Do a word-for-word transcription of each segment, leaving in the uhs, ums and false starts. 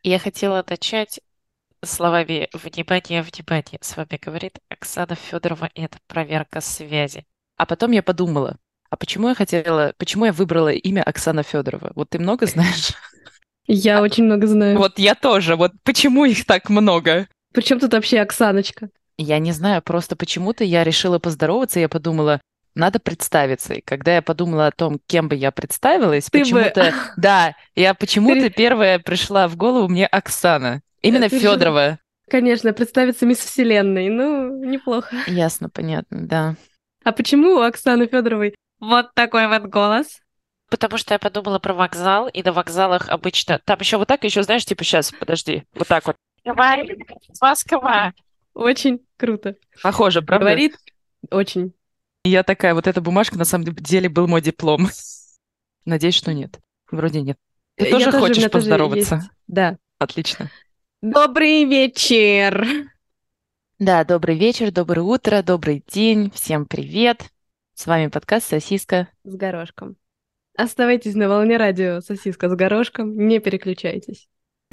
И я хотела начать словами «Внимание, внимание!» С вами говорит Оксана Федорова, и это проверка связи. А потом я подумала, а почему я хотела, почему я выбрала имя Оксана Федорова? Вот ты много знаешь? Я очень много знаю. Вот я тоже. Вот почему их так много? Причем тут вообще Оксаночка? Я не знаю, просто почему-то я решила поздороваться, я подумала, надо представиться. И когда я подумала о том, кем бы я представилась, Ты бы... почему-то, да, я почему-то Ты, первая пришла в голову мне Оксана. э, Именно ты решила, Федорова. конечно, представиться мисс Вселенной. Ну, неплохо. Ясно, понятно, да. А почему у Оксаны Федоровой вот такой вот голос? Потому что я подумала про вокзал, и на вокзалах обычно... Там еще вот так, еще, знаешь, типа сейчас, подожди, вот так вот. Говорит Москва. Очень круто. Похоже, правда? Говорит очень. И я такая, вот эта бумажка на самом деле был мой диплом. Надеюсь, что нет. Вроде нет. Ты Э, Я тоже тоже, у хочешь меня тоже поздороваться? есть. Да. Отлично. Добрый вечер. Да, добрый вечер, доброе утро, добрый день. Всем привет. С вами подкаст «Сосиска». С горошком. Оставайтесь на волне радио «Сосиска с горошком». Не переключайтесь.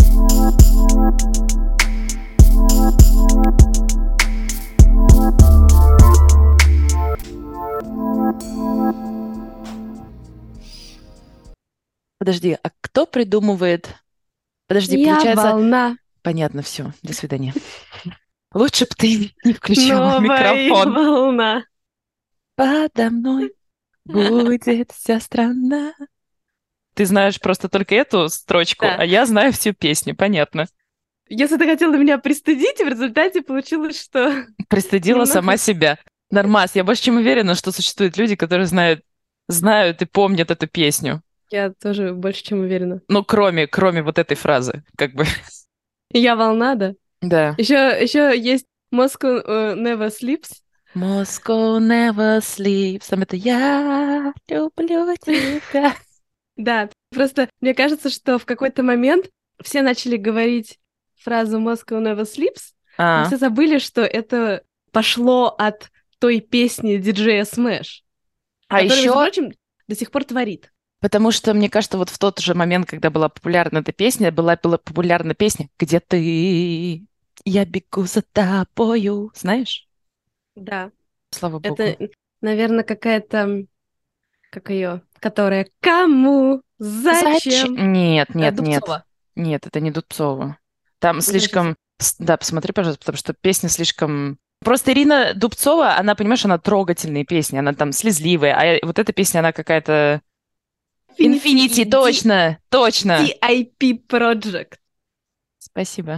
Подожди, а кто придумывает... Подожди, Я получается... волна. Понятно, все. До свидания. Лучше бы ты не включала Новая микрофон. волна. Подо мной будет вся страна. Ты знаешь просто только эту строчку, Да. а я знаю всю песню, понятно. Если ты хотела меня пристыдить, в результате получилось, что Пристыдила сама немного... себя. Нормас, я больше чем уверена, что существуют люди, которые знают, знают и помнят эту песню. Я тоже больше чем уверена. Ну, кроме, кроме вот этой фразы, как бы. Я волна, да? Да. Еще, еще есть Moscow э, Never Sleeps. Moscow never sleeps. Там это «Я люблю тебя». Да, просто мне кажется, что в какой-то момент все начали говорить фразу Moscow Never Sleeps, но А, все забыли, что это пошло от той песни диджея Smash, а который, между еще, прочим, до сих пор творит. потому что, мне кажется, вот в тот же момент, когда была популярна эта песня, была, была популярна песня «Где ты? Я бегу за тобою». Знаешь? Да, Слава богу. это, наверное, какая-то, как ее, которая «Кому? Зачем? Зачем?» Нет, Э, нет, нет. Дубцова. Нет, это не Дубцова. Там Ну, короче, з- слишком... с- Да, посмотри, пожалуйста, потому что песня слишком... Просто Ирина Дубцова, она, понимаешь, она трогательные песни, она там слезливая, а вот эта песня, она какая-то... Infinity Инфинити, и D- точно, точно. DIP Project. Спасибо.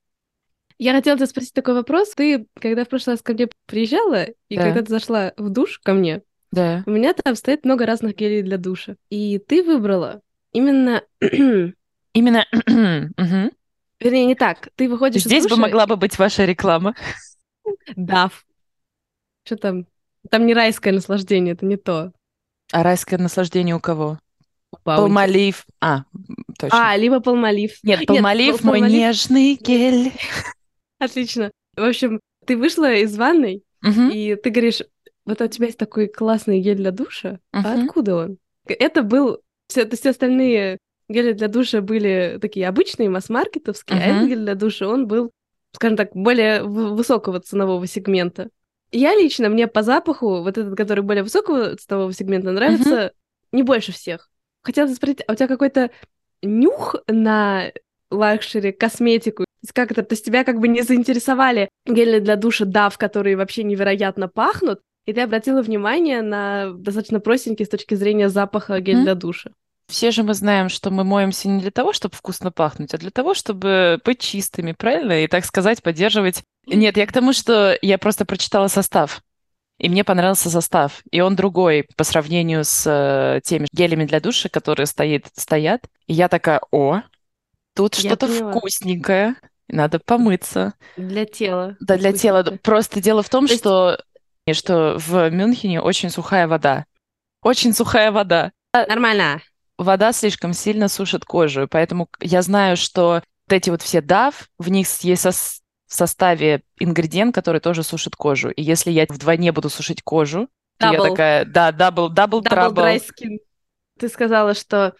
Я хотела тебя спросить такой вопрос. Ты, когда в прошлый раз ко мне приезжала, и Да, когда ты зашла в душ ко мне, да. у меня там стоит много разных гелей для душа. И ты выбрала именно... Именно... Мгм. Вернее, не так. Ты выходишь из Здесь бы душа... могла бы быть ваша реклама. Дав. Что там? Там не райское наслаждение, это не то. А райское наслаждение у кого? Баунти. Палмолив. А, точно. А, либо Палмолив. Нет, Нет, Палмолив мой Палмолив... нежный гель. Отлично. В общем, ты вышла из ванной, Мгм, и ты говоришь, вот у тебя есть такой классный гель для душа, а мгм, откуда он? Это был... Все, то есть все остальные гели для душа были такие обычные, масс-маркетовские, а этот мгм, гель для душа, он был, скажем так, более в- высокого ценового сегмента. Я лично, мне по запаху, вот этот, который более высокого ценового сегмента, мгм. нравится не больше всех. Хотела спросить, а у тебя какой-то нюх на лакшери, косметику? То есть как это? То есть тебя как бы не заинтересовали гели для душа Дав, которые вообще невероятно пахнут, и ты обратила внимание на достаточно простенький с точки зрения запаха гель Мгм. для душа. Все же мы знаем, что мы моемся не для того, чтобы вкусно пахнуть, а для того, чтобы быть чистыми, правильно? И, так сказать, поддерживать... Нет, я к тому, что я просто прочитала состав, и мне понравился состав. И он другой по сравнению с э, теми гелями для душа, которые стоит, стоят. И я такая, о, тут Я что-то поняла. вкусненькое, надо помыться. Для тела Да, для тела. вкусненько. Просто дело в том, То есть что, что в Мюнхене очень сухая вода. Очень сухая вода. нормально. Вода слишком сильно сушит кожу, поэтому к- я знаю, что вот эти вот все дав, в них с- есть сос- в составе ингредиент, который тоже сушит кожу. И если я вдвойне буду сушить кожу, то я Дабл. такая, да, дабл, дабл Дабл драй трабл. скин. Ты сказала, что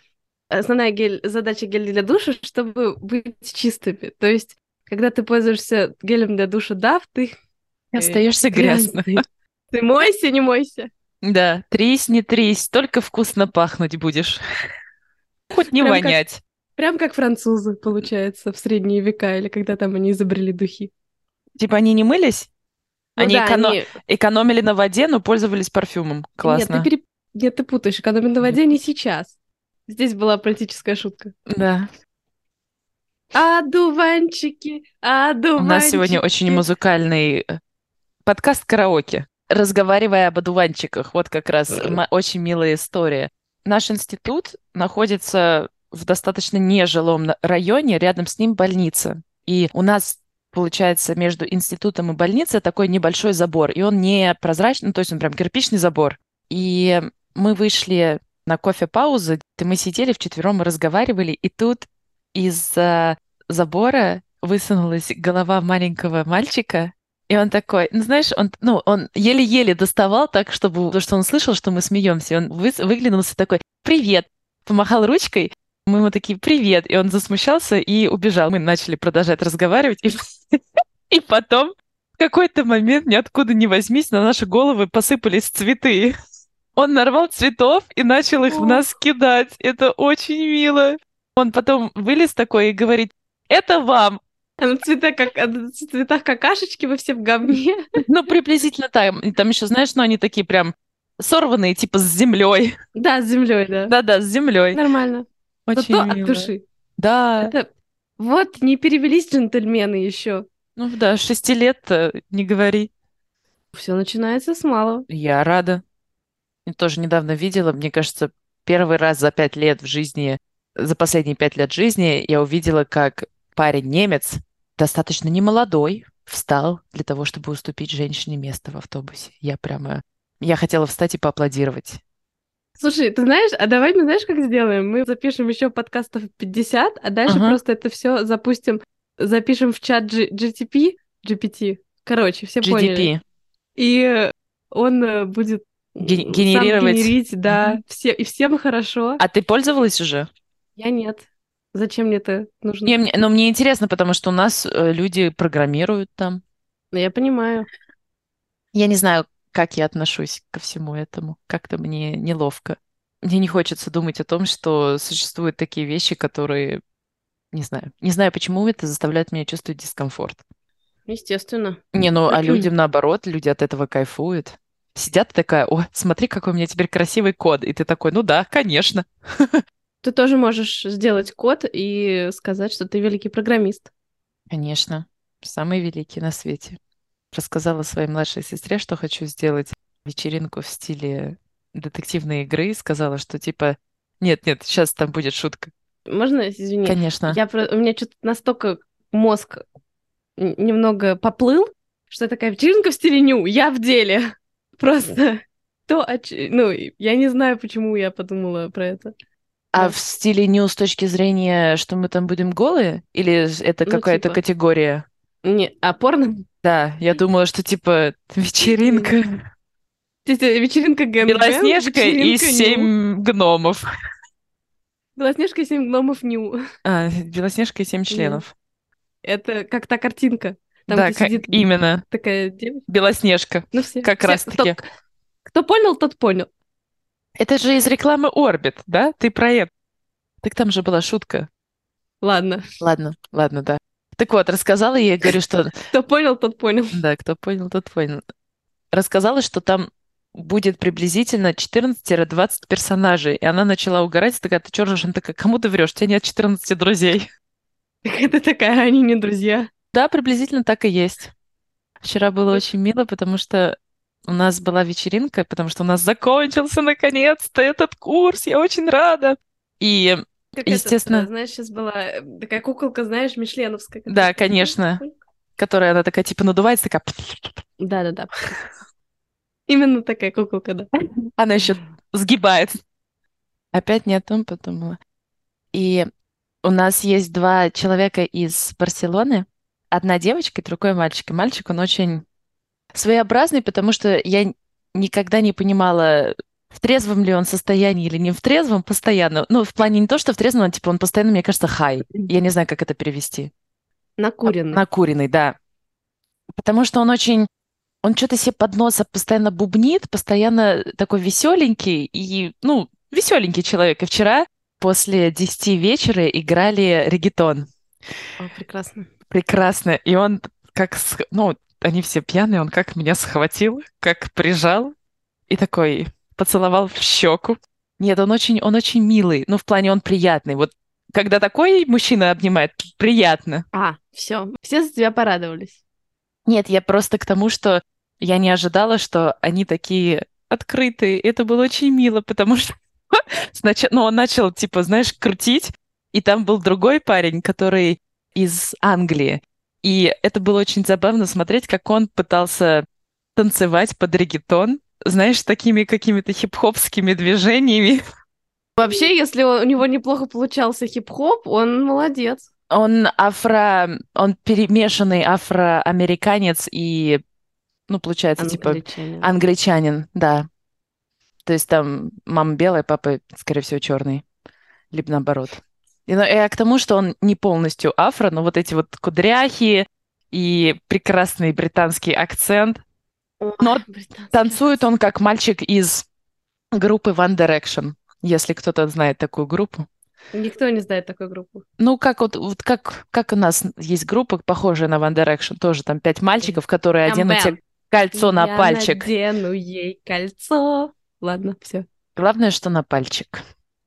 Основная гель... задача геля для душа, чтобы быть чистыми. То есть, когда ты пользуешься гелем для душа Дав, ты И э, остаешься грязным. грязный. Ты мойся, не мойся. Да, трись, не трись, только вкусно пахнуть будешь. Хоть не Прям как, вонять. прям как французы, получается, в средние века, или когда там они изобрели духи. Типа они не мылись? Ну Они да, эконо- они... экономили на воде, но пользовались парфюмом. Нет, ты Классно. переп... Нет, ты путаешь. Экономим на воде не сейчас. Здесь была политическая шутка. Да. Одуванчики, У нас сегодня очень одуванчики. музыкальный э, подкаст караоке. Разговаривая об одуванчиках, вот как раз м- очень милая история. Наш институт находится в достаточно нежилом на- районе, рядом с ним больница. И у нас, получается, между институтом и больницей такой небольшой забор, и он не прозрачный, ну, то есть он прям кирпичный забор. И мы вышли на кофе-паузу, и мы сидели вчетвером и разговаривали, и тут из-за забора высунулась голова маленького мальчика, и он такой, ну, знаешь, он, ну, он еле-еле доставал так, чтобы, потому что он слышал, что мы смеемся. И он вы, выглянулся такой, привет, помахал ручкой. Мы ему такие, привет. И он засмущался и убежал. Мы начали продолжать разговаривать. И, и потом в какой-то момент, ниоткуда ни возьмись, на наши головы посыпались цветы. Он нарвал цветов и начал их в О, нас кидать. Это очень мило. Он потом вылез такой и говорит, это вам. а на цветах, как... а на цветах какашечки, вы все в говне. Ну, приблизительно так. И там еще, знаешь, ну, они такие прям сорванные, типа с землей. Да, с землей, да. Да-да, с землей. Нормально. Очень Зато от мило. души. Да. Это... Вот, не перевелись джентльмены еще. Ну да, шести лет не говори. Все начинается с малого. Я рада. Я тоже недавно видела, мне кажется, первый раз за пять лет в жизни, за последние пять лет жизни я увидела, как парень-немец, достаточно немолодой, встал для того, чтобы уступить женщине место в автобусе. Я прямо... Я хотела встать и поаплодировать. Слушай, ты знаешь, а давай мы знаешь, как сделаем? Мы запишем еще подкастов пятьдесят, а дальше Ага. просто это все запустим, запишем в чат G- GTP, G P T. Короче, все поняли. джи ди пи. И он э, будет Ген- м, сам генерировать. генерить, да, Мгм. все, и всем хорошо. А ты пользовалась уже? Я нет. Зачем мне это нужно? Не, мне, но мне интересно, потому что у нас э, люди программируют там. Ну, я понимаю. Я не знаю, как я отношусь ко всему этому. Как-то мне неловко. Мне не хочется думать о том, что существуют такие вещи, которые, не знаю, не знаю, почему это заставляет меня чувствовать дискомфорт. Естественно. Не, ну, а людям наоборот, люди от этого кайфуют. Сидят и такая, о, смотри, какой у меня теперь красивый код. И ты такой, ну да, конечно. Ты тоже можешь сделать код и сказать, что ты великий программист. Конечно, самый великий на свете. Рассказала своей младшей сестре, что хочу сделать вечеринку в стиле детективной игры. Сказала, что типа, нет-нет, сейчас там будет шутка. Можно, извини? Конечно. Я про... У меня что-то настолько мозг н- немного поплыл, что я такая вечеринка в стиле ню, я в деле. Просто то, о ч- ну, я не знаю, почему я подумала про это. А Да. в стиле ню с точки зрения, что мы там будем голые? Или это Ну, какая-то типа, категория? не, а порно? Да, я думала, что типа вечеринка. То есть, э, вечеринка гэнгбэнг, Белоснежка и вечеринка ню. семь гномов. Белоснежка и семь гномов ню. А, Белоснежка и семь Нет, членов. это как та картинка, там, Да, где ка- сидит именно. такая девочка. Белоснежка. Ну, все, Как все, кто, раз-таки. кто понял, тот понял. Это же из рекламы Орбит, да? Ты про это. Так там же была шутка. Ладно, Ладно, ладно, да. Так вот, рассказала ей, говорю, что... кто понял, тот понял. Да, кто понял, тот понял. Рассказала, что там будет приблизительно четырнадцать-двадцать персонажей. И она начала угорать, такая, ты чё ржешь? Она такая, кому ты врешь? У тебя нет четырнадцати друзей. Это такая, они не друзья. Да, приблизительно так и есть. Вчера было Ну, очень мило, потому что у нас была вечеринка, потому что у нас закончился наконец-то этот курс. Я очень рада. И, как этот, э, естественно, знаешь, сейчас была э, такая куколка, знаешь, мишленовская. да, Которая такая, «Ой, конечно, ой». которая она такая типа надувается, такая... Да-да-да. Именно такая куколка, да. Она еще сгибается. Опять не о том подумала. И у нас есть два человека из Барселоны. Одна девочка и другой мальчик. И мальчик, он очень своеобразный, потому что я никогда не понимала, В трезвом ли он состоянии или не в трезвом, постоянно. Ну, в плане не то, что в трезвом, а типа он постоянно, мне кажется, хай. Я не знаю, как это перевести. Накуренный. Накуренный, да. Потому что он очень... Он что-то себе под носом постоянно бубнит, постоянно такой веселенький и, ну, веселенький человек. И вчера после десяти вечера играли реггетон. О, прекрасно. Прекрасно. И он как... сх- Ну, они все пьяные, он как меня схватил, как прижал и такой поцеловал в щеку. Нет, он очень, он очень милый. Ну, в плане он приятный. Вот когда такой мужчина обнимает, приятно. А, все. Все за тебя порадовались. Нет, я просто к тому, что я не ожидала, что они такие открытые. Это было очень мило, потому что сначала, ну, он начал, типа, знаешь, крутить, и там был другой парень, который из Англии. И это было очень забавно смотреть, как он пытался танцевать под реггетон, знаешь, такими какими-то хип-хопскими движениями. Вообще, если у у него неплохо получался хип-хоп, он молодец. Он афро... Он перемешанный афроамериканец и, ну, получается, типа, Англичанин. англичанин, да. То есть там мама белая, папа, скорее всего, черный. Либо наоборот. И, ну, я к тому, что он не полностью афро, но вот эти вот кудряхи и прекрасный британский акцент. Ой, Но британский танцует он акцент. как мальчик из группы One Direction, если кто-то знает такую группу. Никто не знает такую группу. Ну, как вот, вот как, как у нас есть группа, похожая на One Direction, тоже там пять мальчиков, которые оденут тебе Бэм-бэм. кольцо на Я пальчик. надену ей кольцо. Ладно, все. Главное, что на пальчик.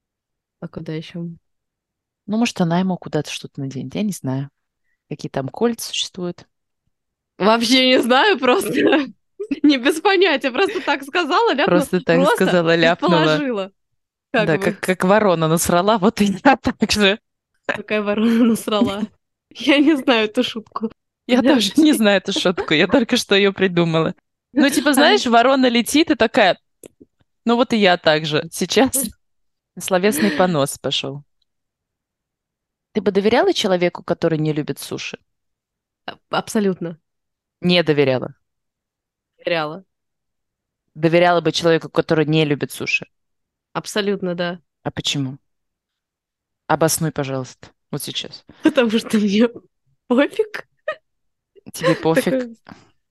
А куда еще? Ну, может, она ему куда-то что-то наденет, я не знаю. Какие там кольца существуют. Вообще не знаю, просто не без понятия. Просто так сказала, ляпнула. Просто так Просто сказала, ляпнула. предположила. Как Да, бы. как, как ворона насрала, вот и я так же. Какая ворона насрала. Я не знаю эту шутку. Я тоже не знаю эту шутку, я только что ее придумала. Ну, типа, А, знаешь, ворона летит и такая, ну вот и я так же. Сейчас словесный понос пошел. Ты бы доверяла человеку, который не любит суши? абсолютно. Не доверяла. Доверяла. Доверяла бы человеку, который не любит суши. Абсолютно, да. А почему? Обоснуй, пожалуйста, вот сейчас. Потому что мне пофиг. Тебе пофиг. Такой,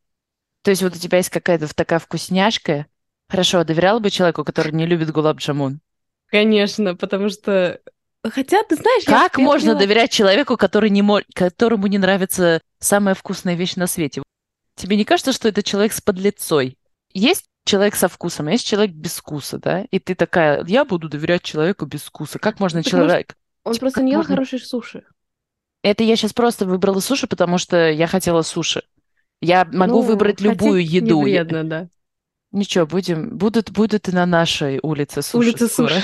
То есть вот у тебя есть какая-то такая вкусняшка. Хорошо, а доверяла бы человеку, который не любит гулаб-джамун? конечно, потому что... Хотя, ты знаешь, я, Как я можно поняла... доверять человеку, который не мо... которому не нравится самая вкусная вещь на свете? Тебе не кажется, что это человек с подлецой? Есть человек со вкусом, а есть человек без вкуса, да? И ты такая, я буду доверять человеку без вкуса. Как можно Так может, человек... он Типа, просто как не ел можно... хорошие суши. Это я сейчас просто выбрала суши, потому что я хотела суши. Я могу Ну, выбрать любую хотеть не еду. Я- вредно, да. Ничего, будем... Будут, будут и на нашей улице суши Улица скоро. суши.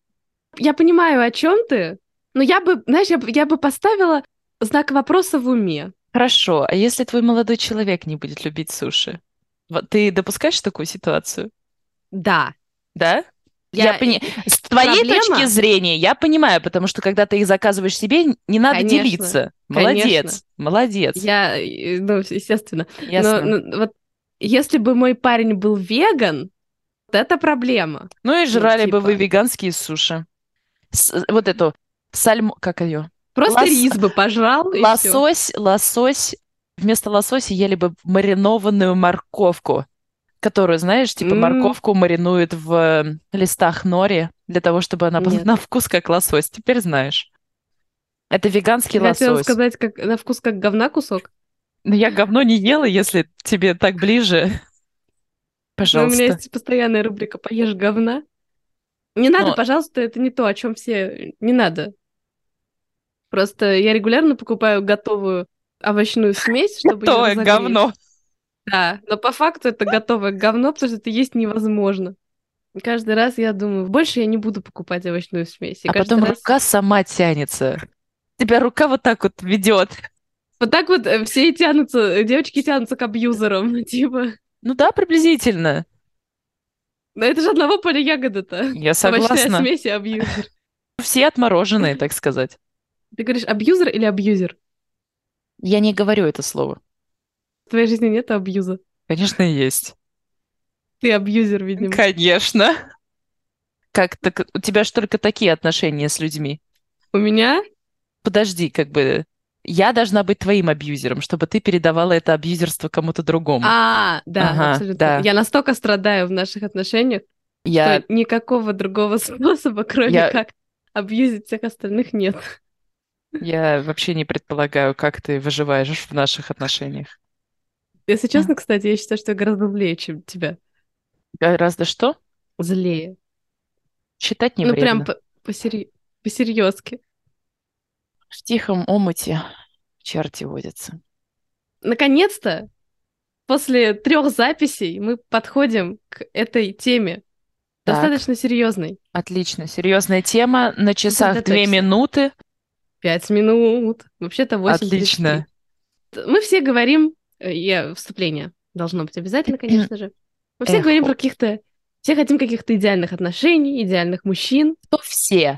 Я понимаю, о чем ты, но я бы, знаешь, я бы, я бы поставила знак вопроса в уме. Хорошо, а если твой молодой человек не будет любить суши? Вот ты допускаешь такую ситуацию? Да. Да? Я Я... пони... и- С твоей точки Проблема? зрения, я понимаю, потому что когда ты их заказываешь себе, не надо Конечно. делиться. Конечно. Молодец, молодец. Я, э, ну, естественно. Но, Ясно. ну, вот если бы мой парень был веган, вот это проблема. Ну и Ну, жрали бы вы типа, веганские суши. С- вот эту сальмо... Как ее? просто Лос... рис бы пожрал, и все. Лосось, лосось. Вместо лосося ели бы маринованную морковку, которую, знаешь, типа морковку маринуют в э, листах нори для того, чтобы она была на Нет. вкус как лосось. Теперь знаешь. Это веганский Ты хотела лосось. сказать, как на вкус как говна кусок? Но я говно не ела, если тебе так ближе. Но у меня Пожалуйста. есть постоянная рубрика «Поешь говна». Не надо, Но пожалуйста, это не то, о чем все... Не надо. Просто я регулярно покупаю готовую овощную смесь, чтобы ее готовое разогреть. говно. Да, но по факту это готовое говно, потому что это есть невозможно. И каждый раз я думаю, больше я не буду покупать овощную смесь. И А каждый потом раз... рука сама тянется. Тебя рука вот так вот ведет. Вот так вот э, все и тянутся, э, девочки тянутся к абьюзерам, типа. Ну да, приблизительно. Да это же одного поля ягоды-то. Я Овощная согласна. смесь и абьюзер. Все отмороженные, так сказать. Ты говоришь абьюзер или абьюзер? Я не говорю это слово. В твоей жизни нет абьюза. Конечно, есть. Ты абьюзер, видимо. Конечно. Как так? У тебя ж только такие отношения с людьми. У меня? Подожди, как бы я должна быть твоим абьюзером, чтобы ты передавала это абьюзерство кому-то другому. А, да, Ага, абсолютно. да. Я настолько страдаю в наших отношениях, Я, что никакого другого способа, кроме я, как абьюзить всех остальных, нет. я вообще не предполагаю, как ты выживаешь в наших отношениях. Если честно, кстати, я считаю, что я гораздо злее, чем тебя. Гораздо что? Злее. Считать не Ну, прям вредно. по- посери- по-серьезки. В тихом омуте черти водятся. Наконец-то, после трех записей мы подходим к этой теме. Так, Достаточно серьезной. отлично. Серьезная тема. На часах две Сосредоточься. минуты. Пять минут. Вообще-то восемь тридцать Отлично. три. Мы все говорим, э, я вступление должно быть обязательно, конечно же. Мы все говорим Эхо. про каких-то, все хотим каких-то идеальных отношений, идеальных мужчин. Кто все?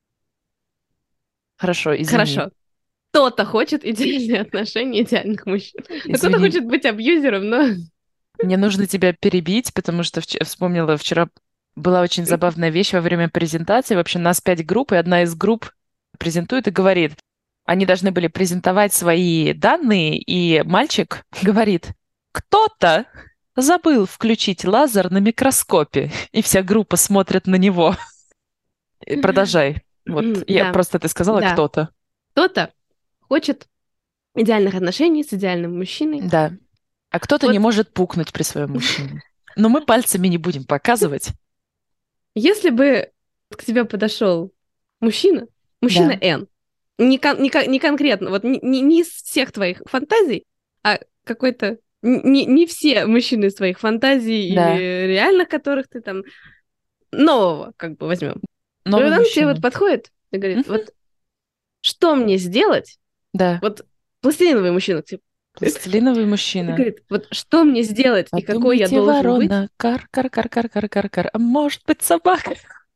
Хорошо, извини. Хорошо. Кто-то хочет идеальные отношения, идеальных мужчин. А кто-то Извини. хочет быть абьюзером, но... Мне нужно тебя перебить, потому что вч- вспомнила, вчера была очень забавная вещь во время презентации. В общем, нас пять групп, и одна из групп презентует и говорит, они должны были презентовать свои данные, и мальчик говорит, кто-то забыл включить лазер на микроскопе, и вся группа смотрит на него. И продолжай. Вот, я Да, просто ты сказала да. кто-то. Кто-то хочет идеальных отношений с идеальным мужчиной. Да. А кто-то не Вот может пукнуть при своем мужчине. Но мы пальцами не будем показывать. если бы к тебе подошел мужчина, мужчина Да. Н, не, кон- не, кон- не конкретно, вот не, не- не из всех твоих фантазий, а какой-то... н- Не, не все мужчины из твоих фантазий Да. или реальных, которых ты там... Нового, как бы, возьмем. И вот Новый он к тебе мужчина. вот подходит и говорит, Мгм. вот что мне сделать? Да. Вот пластилиновый мужчина к тебе Пластилиновый и мужчина. говорит, вот что мне сделать и какой я Подумайте, должен быть? ворона, кар-кар-кар-кар-кар-кар, а может быть собака?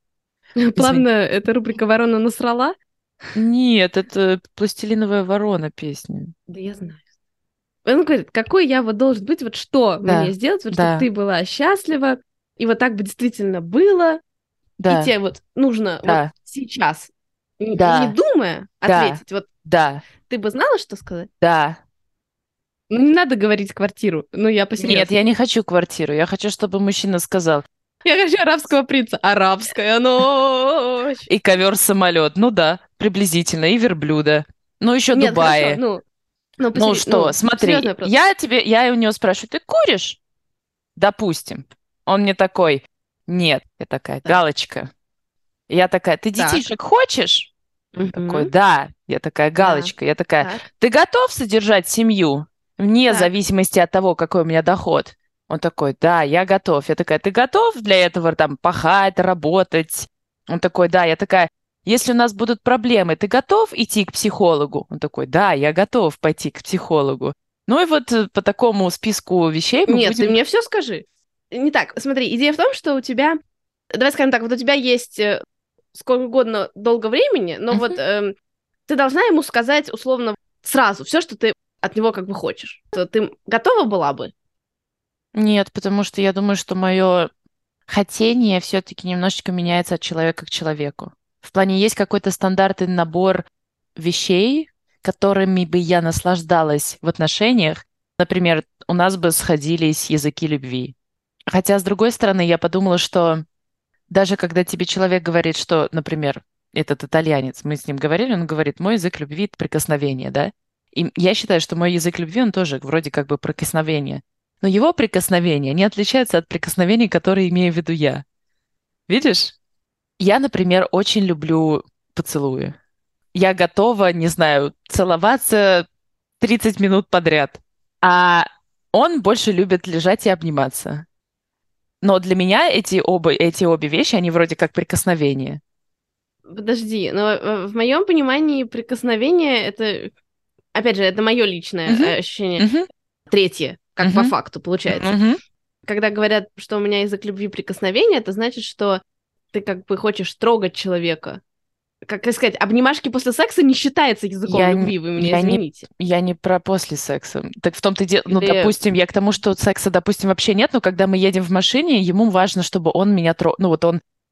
Плавно эта рубрика «Ворона насрала». Нет, это пластилиновая ворона песня. Да я знаю. Он говорит, какой я вот должен быть, вот что Да, мне сделать, вот чтобы да, ты была счастлива, и вот так бы действительно было, и да, тебе вот нужно вот да, сейчас, н- да, не думая, да, ответить. Вот да, ты бы знала, что сказать? да. Ну, не надо говорить квартиру, ну, я Нет, по-серьезному. я не хочу квартиру. Я хочу, чтобы мужчина сказал, Я хочу арабского принца. Арабская ночь. и ковер-самолет. Ну да, приблизительно, и верблюда. Ну еще Нет, хорошо, Дубаи. ну, ну, Ну посери- что, ну, серьезный смотри, вопрос. я тебе, я у него спрашиваю, ты куришь? Допустим. Он мне такой, нет. Я такая, Так, галочка. Я такая, ты так. детишек хочешь? Он такой, Мгм. да. Я такая, Да, галочка. Я такая, так, ты готов содержать семью вне так. зависимости от того, какой у меня доход? Он такой, да, я готов. Я такая, ты готов для этого там пахать, работать? Он такой, да. Я такая, если у нас будут проблемы, ты готов идти к психологу? Он такой, да, я готов пойти к психологу. Ну и вот э, по такому списку вещей мы Нет, ты будем... мне все скажи. Не так, смотри, идея в том, что у тебя, давай скажем так, вот у тебя есть э, сколько угодно долго времени, но вот Мгм. эм, ты должна ему сказать условно сразу все, что ты от него как бы хочешь. То ты готова была бы? Нет, потому что я думаю, что мое хотение все-таки немножечко меняется от человека к человеку. В плане есть какой-то стандартный набор вещей, которыми бы я наслаждалась в отношениях. Например, у нас бы сходились языки любви. Хотя, с другой стороны, я подумала, что даже когда тебе человек говорит, что, например, этот итальянец, мы с ним говорили, он говорит, мой язык любви — это прикосновение, да? И я считаю, что мой язык любви, он тоже вроде как бы прикосновение. Но его прикосновение не отличается от прикосновений, которые имею в виду я. Видишь? Я, например, очень люблю поцелуи. Я готова, не знаю, целоваться тридцать минут подряд. А он больше любит лежать и обниматься. Но для меня эти оба, эти обе вещи, они вроде как прикосновения. Подожди, но э, в моем понимании прикосновение это, опять же, это мое личное Мгм, э, ощущение. мгм, Третье, как по мгм, факту получается. мгм. Когда говорят, что у меня язык любви прикосновения, это значит, что ты как бы хочешь трогать человека. Как сказать, обнимашки после секса не считается языком Я, н- любви, вы меня я, не, извините. я не про после секса. Так в том-то и дело, ну, Или допустим, я к тому, что секса, допустим, вообще нет, но когда мы едем в машине, ему важно, чтобы он меня трогал. Ну, вот он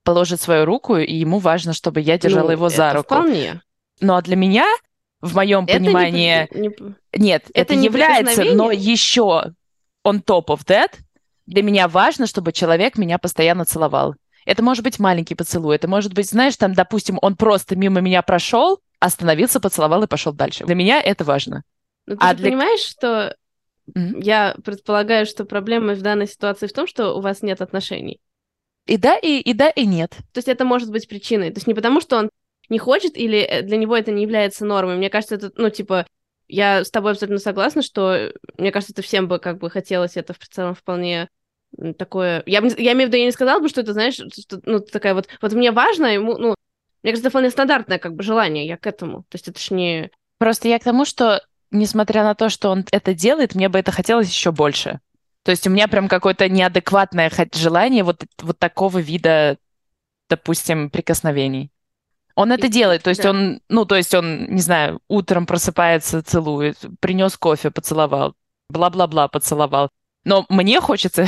положит свою руку, и ему важно, чтобы я держала Ну, его за это руку. вполне. Ну, а для меня, в моем Это не, понимании, при- не п- нет, это это не является, но прикосновение? еще on top of that, для меня важно, чтобы человек меня постоянно целовал. Это может быть маленький поцелуй, это может быть, знаешь, там, допустим, он просто мимо меня прошел, остановился, поцеловал и пошел дальше. Для меня это важно. Но ты А же для... понимаешь, что М. я предполагаю, что проблема в данной ситуации в том, что у вас нет отношений. И да, и, и да, и нет. То есть это может быть причиной. То есть не потому, что он не хочет или э, для него это не является нормой. Мне кажется, это, ну, типа, я с тобой абсолютно согласна, что, э, мне кажется, это всем бы как бы хотелось, это в целом вполне м, такое... Я, бы не- я имею в виду, я не сказала бы, что это, знаешь, что, ну, такая вот... Вот мне важно, ему, ну, мне кажется, это вполне стандартное как бы желание, я к этому. То есть это ж не... Просто я к тому, что, несмотря на то, что он это делает, мне бы это хотелось еще больше. То есть у меня прям какое-то неадекватное хот- желание вот, вот такого вида, допустим, прикосновений. Он это и- делает, то есть Да. он, ну, то есть он, не знаю, утром просыпается, целует, принес кофе, поцеловал, бла-бла-бла, поцеловал. Но мне хочется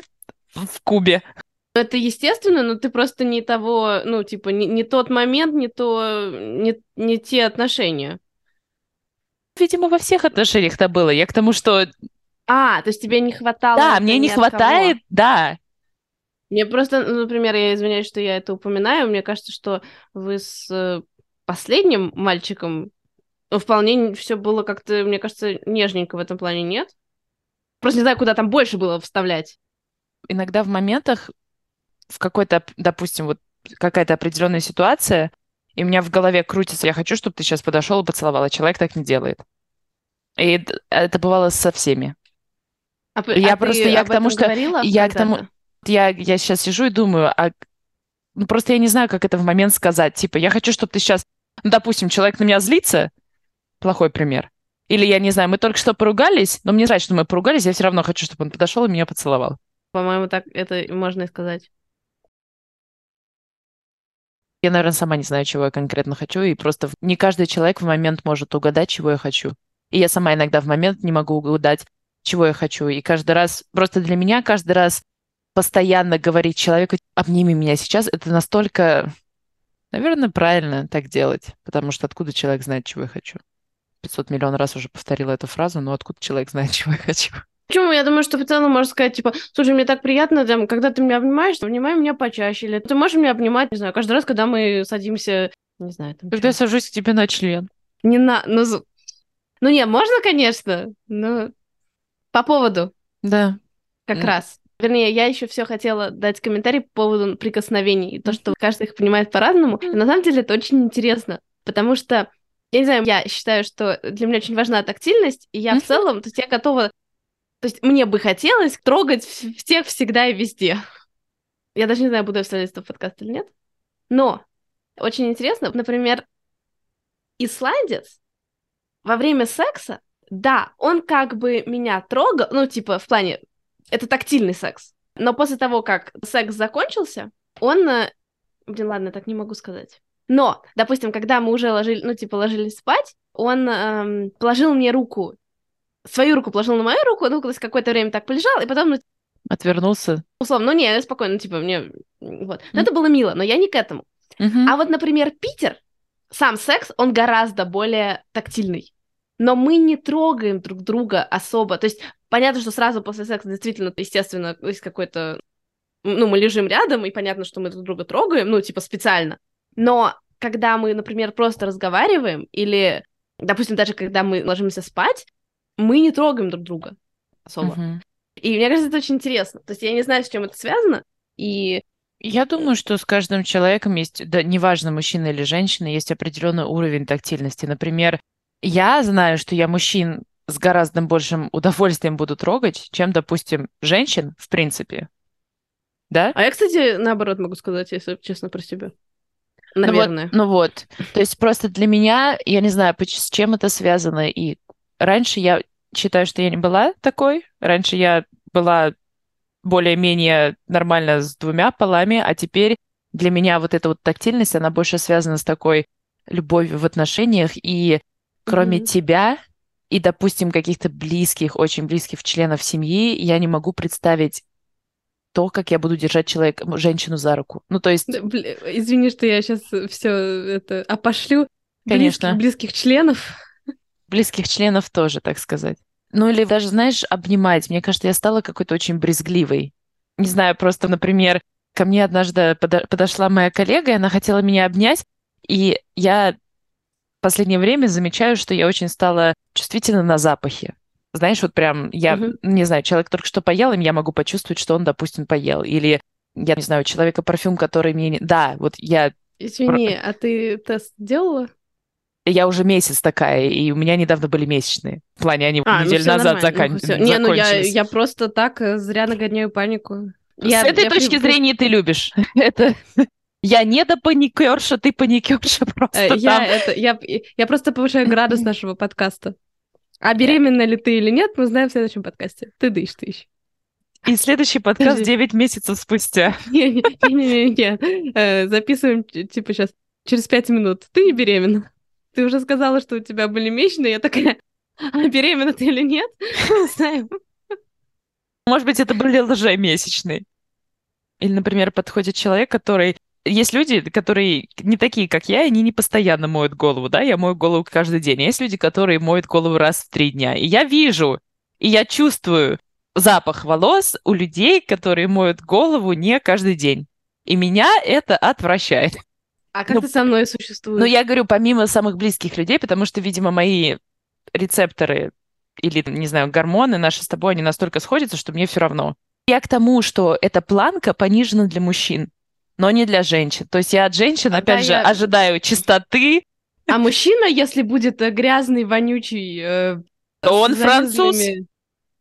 в кубе. Это естественно, но ты просто не того, ну, типа, не, не тот момент, не то, не, не те отношения. Видимо, во всех отношениях это было. Я к тому, что, А, то есть тебе не хватало да, это мне не ни от кого. хватает, да. Мне просто, ну, например, я извиняюсь, что я это упоминаю, мне кажется, что вы с э, последним мальчиком, ну, вполне все было как-то, мне кажется, нежненько в этом плане, нет? Просто не знаю, куда там больше было вставлять. Иногда в моментах, в какой-то, допустим, вот какая-то определенная ситуация, и у меня в голове крутится, я хочу, чтобы ты сейчас подошел и поцеловал, а человек так не делает. И д- это бывало со всеми. А, п- а Я просто, ты я к об тому, этом что говорила я к тому, когда-то? я, я сейчас сижу и думаю, а ну, просто я не знаю, как это в момент сказать. Типа, я хочу, чтобы ты сейчас, ну, допустим, человек на меня злится, плохой пример. Или, я не знаю, мы только что поругались, но мне нравится, что мы поругались, я все равно хочу, чтобы он подошел и меня поцеловал. По-моему, так это можно и сказать. Я, наверное, сама не знаю, чего я конкретно хочу, и просто в- не каждый человек в момент может угадать, чего я хочу. И я сама иногда в момент не могу угадать, чего я хочу. И каждый раз, просто для меня каждый раз постоянно говорить человеку, обними меня сейчас, это настолько, наверное, правильно так делать, потому что откуда человек знает, чего я хочу? пятьсот миллион раз уже повторила эту фразу, но откуда человек знает, чего я хочу? Почему? Я думаю, что в целом можно сказать, типа, слушай, мне так приятно, там, когда ты меня обнимаешь, обнимай меня почаще. Или ты можешь меня обнимать, не знаю, каждый раз, когда мы садимся, не знаю, там, Когда я что. сажусь к тебе на член. Не на... Ну, з- ну, не, можно, конечно, но по поводу Да. как М, раз. Вернее, я еще все хотела дать комментарий по поводу прикосновений. И то, мгм. что каждый их понимает по-разному. И на самом деле это очень интересно, потому что, я не знаю, я считаю, что для меня очень важна тактильность, и я в Мгм. целом, то есть я готова, то есть мне бы хотелось трогать в- всех всегда и везде. Я даже не знаю, буду я вставлять это в подкаст или нет. Но очень интересно, например, исландец во время секса, да, он как бы меня трогал, ну, типа, в плане, это тактильный секс. Но после того, как секс закончился, он... э, Блин, ладно, я так не могу сказать. Но, допустим, когда мы уже ложили, ну, типа, ложились спать, он эм, положил мне руку, свою руку положил на мою руку, ну, то есть какое-то время так полежал, и потом, ну, Отвернулся. условно, ну, не, спокойно, типа, мне... Вот. Но М, это было мило, но я не к этому. мгм. А вот, например, Питер, сам секс, он гораздо более тактильный. Но мы не трогаем друг друга особо. То есть понятно, что сразу после секса действительно, естественно, есть какой-то... Ну, мы лежим рядом, и понятно, что мы друг друга трогаем, ну, типа специально. Но когда мы, например, просто разговариваем, или, допустим, даже когда мы ложимся спать, мы не трогаем друг друга особо. Мгм. И мне кажется, это очень интересно. То есть я не знаю, с чем это связано, и... Я думаю, что с каждым человеком есть, да, неважно, мужчина или женщина, есть определенный уровень тактильности. Например, я знаю, что я мужчин с гораздо большим удовольствием буду трогать, чем, допустим, женщин, в принципе. Да? А я, кстати, наоборот могу сказать, если честно, про себя. Ну вот, Наверное. ну вот. То есть просто для меня, я не знаю, поч- с чем это связано. И раньше я считаю, что я не была такой. Раньше я была более-менее нормально с двумя полами, а теперь для меня вот эта вот тактильность, она больше связана с такой любовью в отношениях, и кроме Мгм. тебя и, допустим, каких-то близких, очень близких членов семьи, я не могу представить то, как я буду держать человека, женщину за руку. Ну, то есть... Да, бля, извини, что я сейчас все это опошлю. Близких, Конечно, близких членов. близких членов тоже, так сказать. Ну, или даже, знаешь, обнимать. Мне кажется, я стала какой-то очень брезгливой. Не знаю, просто, например, ко мне однажды подо- подошла моя коллега, и она хотела меня обнять, и я в последнее время замечаю, что я очень стала чувствительна на запахи. Знаешь, вот прям, я Мгм. не знаю, человек только что поел, и я могу почувствовать, что он, допустим, поел. Или, я не знаю, у человека парфюм, который мне... не- Да, вот я, пр- Извини, а ты тест делала? я уже месяц такая, и у меня недавно были месячные. В плане, они А, ну неделю все назад нормально. Ну закон- все. Не, ну я, закончились. я просто так э, зря нагоняю панику. С Я, этой я при, точки при- зрения ты любишь. Это я не до паникерша, ты паникерша э, просто я там. это я, я просто повышаю градус нашего подкаста. А беременна ли ты или нет, мы знаем в следующем подкасте. Ты дышь, тыщ. И следующий подкаст Подожди. девять месяцев спустя. Не-не-не, э, записываем, т- типа, сейчас, через пять минут. Ты не беременна. Ты уже сказала, что у тебя были месячные. Я такая, а беременна ты или нет? Не знаю. Может быть, это были лжемесячные. Или, например, подходит человек, который... Есть люди, которые не такие, как я, и они не постоянно моют голову, да, я мою голову каждый день. А есть люди, которые моют голову раз в три дня. И я вижу, и я чувствую запах волос у людей, которые моют голову не каждый день. И меня это отвращает. А как Ну, ты со мной Но существуешь? я говорю помимо самых близких людей, потому что, видимо, мои рецепторы или, не знаю, гормоны наши с тобой, они настолько сходятся, что мне все равно. Я к тому, что эта планка понижена для мужчин, но не для женщин. То есть я от женщин, Тогда опять же, я... ожидаю чистоты, А мужчина, если будет э, грязный, вонючий, э, то с он француз. зализанными,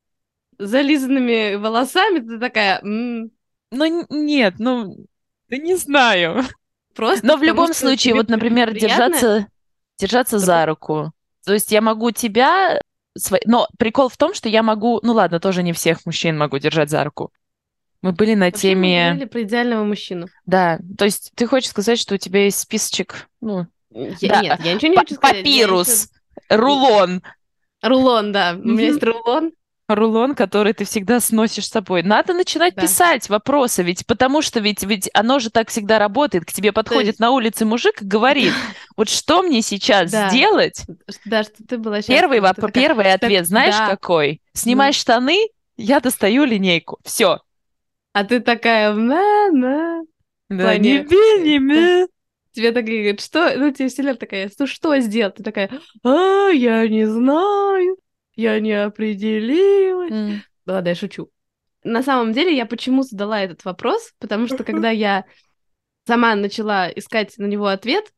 зализанными волосами, ты такая, «М, Ну, н- нет, ну, да не знаю. просто Но в потому любом что случае, тебе вот, при- например, приятно. держаться, держаться Друг- за руку. То есть я могу тебя... сво- Но прикол в том, что я могу... Ну ладно, тоже не всех мужчин могу держать за руку. Мы были на Вообще мы теме... говорили про идеального мужчину. Да, то есть ты хочешь сказать, что у тебя есть списочек, ну, Я- да, нет, я ничего не па- хочу сказать. Я еще... папирус, рулон. Рулон, да. У меня Мгм. есть рулон. Рулон, который ты всегда сносишь с собой. Надо начинать Да. писать вопросы, ведь потому что ведь, ведь оно же так всегда работает. К тебе То подходит есть, на улице мужик и говорит, вот что мне сейчас да. сделать? Да, что ты была Первый, счастлива. Ты воп- такая, первый так, ответ, знаешь да. какой? Снимай Ну, штаны, я достаю линейку. Все. а ты такая, на-на. В Да, не плане, бей, э, не да. бей. Тебе такая говорит, что? Ну, тебе вселенная такая, ну, что сделать? Ты такая, а, я не знаю, я не определилась. М. Да ладно, я шучу. На самом деле, я почему задала этот вопрос? Потому что, когда я сама начала искать на него ответ,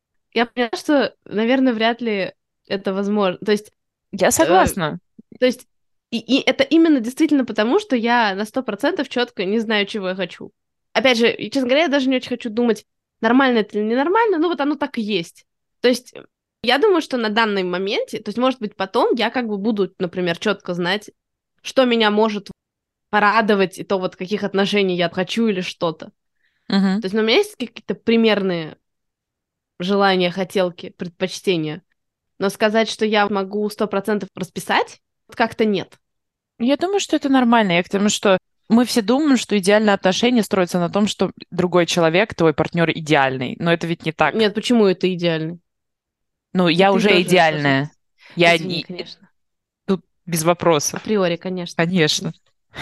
я поняла, что, наверное, вряд ли это возможно. То есть, Я э, согласна. то есть, и, и это именно действительно потому, что я на сто процентов четко не знаю, чего я хочу. Опять же, и, честно говоря, я даже не очень хочу думать, нормально это или ненормально, ну вот оно так и есть. То есть, я думаю, что на данном моменте, то есть, может быть, потом я как бы буду, например, четко знать, что меня может порадовать, и то вот каких отношений я хочу или что-то. Мгм. То есть, ну, у меня есть какие-то примерные желания, хотелки, предпочтения. Но сказать, что я могу сто процентов расписать, вот как-то нет. Я думаю, что это нормально. Я к тому, что мы все думаем, что идеальные отношения строятся на том, что другой человек, твой партнер идеальный. Но это ведь не так. Нет, почему это идеально? Ну, И я ты уже тоже должен идеальная. быть. Я Извини, не... конечно. Тут без вопросов. Априори, конечно. Конечно.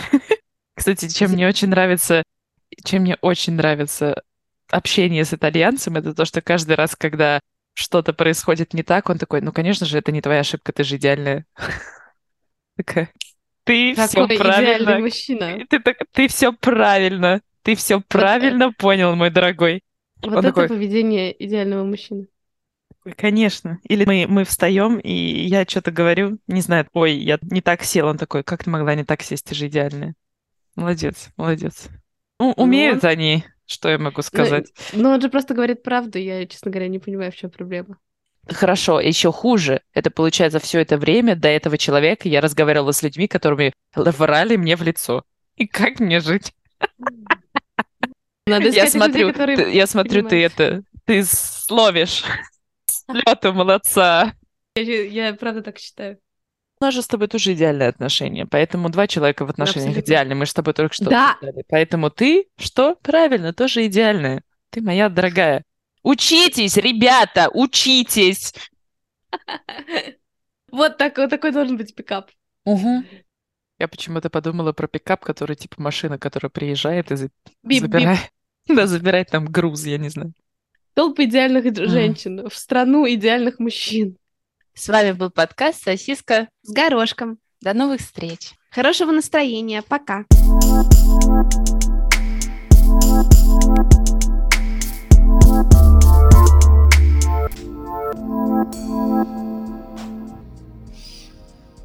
Кстати, чем Зи- мне очень нравится, чем мне очень нравится общение с итальянцем, это то, что каждый раз, когда что-то происходит не так, он такой, ну, конечно же, это не твоя ошибка, ты же идеальная. Такая, ты все Какой идеальный правильно. мужчина. Ты, так- ты все правильно. Ты все Вот, э, правильно понял, мой дорогой. вот Он это такой, поведение идеального мужчины. конечно. Или мы, мы встаем, и я что-то говорю, не знаю, ой, я не так сел. Он такой, как ты могла не так сесть, ты же идеальная. Молодец, молодец. Ну, Ну, он... умеют они, что я могу Ну, сказать. ну, он же просто говорит правду, я, честно говоря, не понимаю, в чем проблема. Хорошо, еще хуже. Это получается все это время до этого человека я разговаривала с людьми, которыми врали мне в лицо. И как мне жить? Надо Я искать тех людей, смотрю, которые ты- я смотрю, ты понимают. это, ты словишь с лёту молодца. Я, я правда так считаю. У нас же с тобой тоже идеальные отношения, поэтому два человека в отношениях Абсолютно. идеальны. Мы же с тобой только что Да. обсуждали. Поэтому ты, что? Правильно, тоже идеальная. Ты моя дорогая. Учитесь, ребята, учитесь! Вот такой, такой должен быть пикап. Угу. Я почему-то подумала про пикап, который типа машина, которая приезжает и за- Бип-бип. забирает, да, забирает там груз, я не знаю. Толпы идеальных М. женщин в страну идеальных мужчин. С вами был подкаст «Сосиска». С горошком. До новых встреч. Хорошего настроения. Пока.